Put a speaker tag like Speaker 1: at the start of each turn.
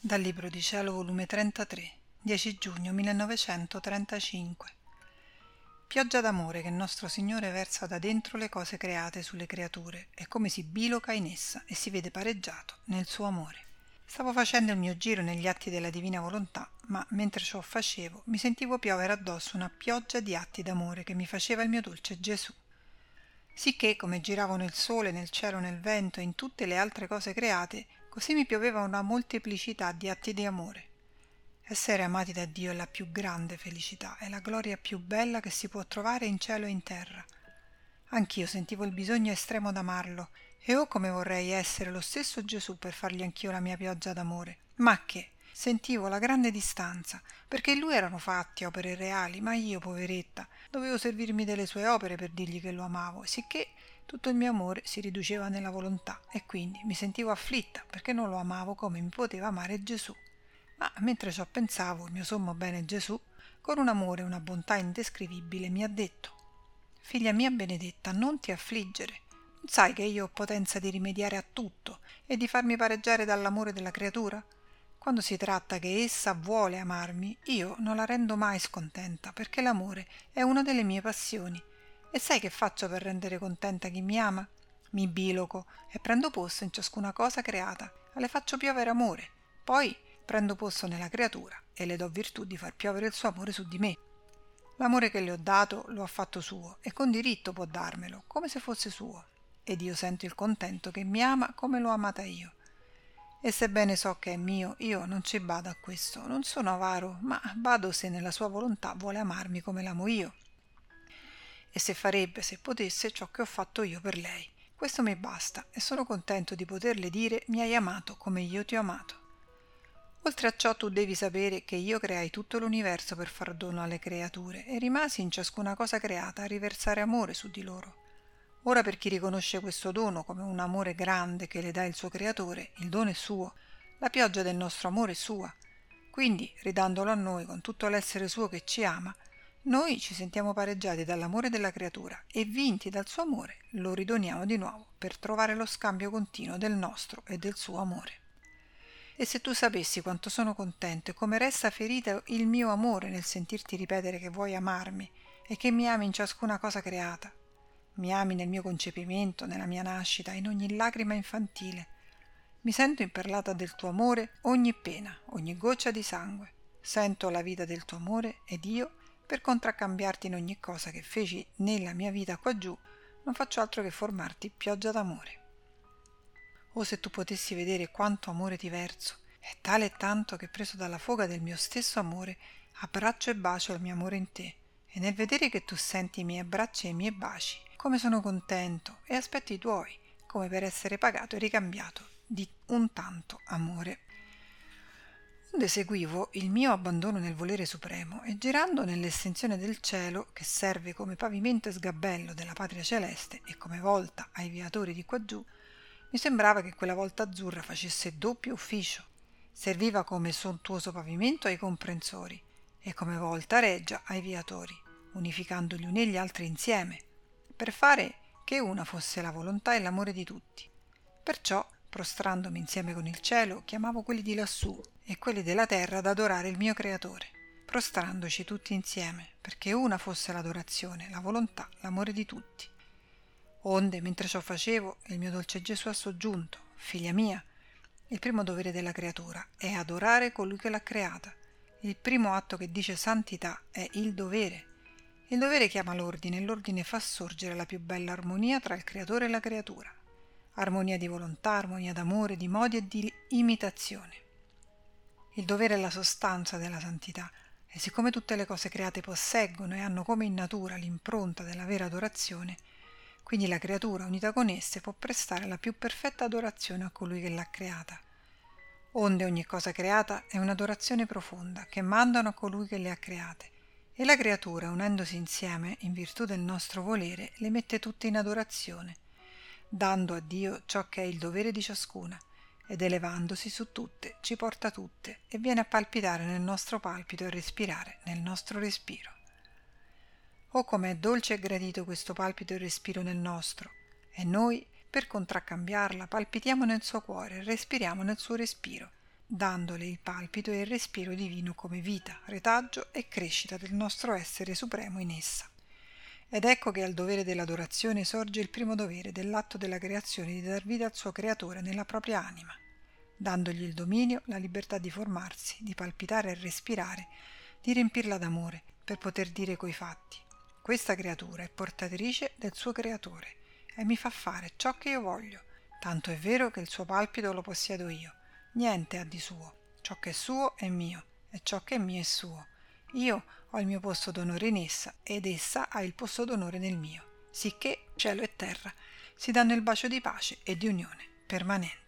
Speaker 1: Dal Libro di Cielo, volume 33, 10 giugno 1935. Pioggia d'amore che nostro Signore versa da dentro le cose create sulle creature e come si biloca in essa e si vede pareggiato nel suo amore. Stavo facendo il mio giro negli atti della divina volontà, ma mentre ciò facevo mi sentivo piovere addosso una pioggia di atti d'amore che mi faceva il mio dolce Gesù. Sicché, come giravo nel sole, nel cielo, nel vento e in tutte le altre cose create, così mi pioveva una molteplicità di atti di amore. Essere amati da Dio è la più grande felicità, è la gloria più bella che si può trovare in cielo e in terra. Anch'io sentivo il bisogno estremo d'amarlo, e oh come vorrei essere lo stesso Gesù per fargli anch'io la mia pioggia d'amore. Ma che! Sentivo la grande distanza, perché in lui erano fatti opere reali, ma io, poveretta, dovevo servirmi delle sue opere per dirgli che lo amavo, sicché tutto il mio amore si riduceva nella volontà e quindi mi sentivo afflitta perché non lo amavo come mi poteva amare Gesù. Ma mentre ciò pensavo, il mio sommo bene Gesù, con un amore e una bontà indescrivibile, mi ha detto: «Figlia mia benedetta, non ti affliggere. Non sai che io ho potenza di rimediare a tutto e di farmi pareggiare dall'amore della creatura? Quando si tratta che essa vuole amarmi, io non la rendo mai scontenta, perché l'amore è una delle mie passioni. E sai che faccio per rendere contenta chi mi ama? Mi biloco e prendo posto in ciascuna cosa creata, e le faccio piovere amore. Poi prendo posto nella creatura e le do virtù di far piovere il suo amore su di me. L'amore che le ho dato lo ha fatto suo e con diritto può darmelo, come se fosse suo. Ed io sento il contento che mi ama come l'ho amata io. E sebbene so che è mio, io non ci bado a questo, non sono avaro, ma bado se nella sua volontà vuole amarmi come l'amo io. E se farebbe, se potesse, ciò che ho fatto io per lei. Questo mi basta e sono contento di poterle dire: mi hai amato come io ti ho amato. Oltre a ciò tu devi sapere che io creai tutto l'universo per far dono alle creature e rimasi in ciascuna cosa creata a riversare amore su di loro. Ora per chi riconosce questo dono come un amore grande che le dà il suo creatore, il dono è suo, la pioggia del nostro amore è sua. Quindi, ridandolo a noi con tutto l'essere suo che ci ama, noi ci sentiamo pareggiati dall'amore della creatura e vinti dal suo amore lo ridoniamo di nuovo per trovare lo scambio continuo del nostro e del suo amore. E se tu sapessi quanto sono contento e come resta ferita il mio amore nel sentirti ripetere che vuoi amarmi e che mi ami in ciascuna cosa creata. Mi ami nel mio concepimento, nella mia nascita, in ogni lacrima infantile. Mi sento imperlata del tuo amore ogni pena, ogni goccia di sangue. Sento la vita del tuo amore ed io, per contraccambiarti in ogni cosa che feci nella mia vita qua giù, non faccio altro che formarti pioggia d'amore. Oh, se tu potessi vedere quanto amore ti verso, è tale e tanto che preso dalla foga del mio stesso amore, abbraccio e bacio il mio amore in te, e nel vedere che tu senti i miei abbracci e i miei baci, come sono contento e aspetto i tuoi, come per essere pagato e ricambiato di un tanto amore. Onde seguivo il mio abbandono nel volere supremo e girando nell'estensione del cielo, che serve come pavimento e sgabello della patria celeste e come volta ai viatori di quaggiù, mi sembrava che quella volta azzurra facesse doppio ufficio, serviva come sontuoso pavimento ai comprensori e come volta reggia ai viatori, unificando gli uni e gli altri insieme, per fare che una fosse la volontà e l'amore di tutti. Perciò, prostrandomi insieme con il cielo, chiamavo quelli di lassù e quelli della terra ad adorare il mio creatore, prostrandoci tutti insieme, perché una fosse l'adorazione, la volontà, l'amore di tutti. Onde, mentre ciò facevo, il mio dolce Gesù ha soggiunto: «Figlia mia, il primo dovere della creatura è adorare colui che l'ha creata. Il primo atto che dice santità è il dovere. Il dovere chiama l'ordine e l'ordine fa sorgere la più bella armonia tra il creatore e la creatura. Armonia di volontà, armonia d'amore, di modi e di imitazione. Il dovere è la sostanza della santità e siccome tutte le cose create posseggono e hanno come in natura l'impronta della vera adorazione, quindi la creatura unita con esse può prestare la più perfetta adorazione a colui che l'ha creata. Onde ogni cosa creata è un'adorazione profonda che mandano a colui che le ha create, e la creatura, unendosi insieme in virtù del nostro volere, le mette tutte in adorazione, dando a Dio ciò che è il dovere di ciascuna, ed elevandosi su tutte ci porta tutte e viene a palpitare nel nostro palpito e respirare nel nostro respiro. Oh, com'è dolce e gradito questo palpito e respiro nel nostro, e noi, per contraccambiarla, palpitiamo nel suo cuore e respiriamo nel suo respiro, dandole il palpito e il respiro divino come vita, retaggio e crescita del nostro essere supremo in essa. Ed ecco che al dovere dell'adorazione sorge il primo dovere dell'atto della creazione di dar vita al suo creatore nella propria anima, dandogli il dominio, la libertà di formarsi, di palpitare e respirare, di riempirla d'amore, per poter dire coi fatti: questa creatura è portatrice del suo creatore e mi fa fare ciò che io voglio, tanto è vero che il suo palpito lo possiedo io, niente ha di suo, ciò che è suo è mio e ciò che è mio è suo. Io ho il mio posto d'onore in essa ed essa ha il posto d'onore nel mio, sicché cielo e terra si danno il bacio di pace e di unione permanente.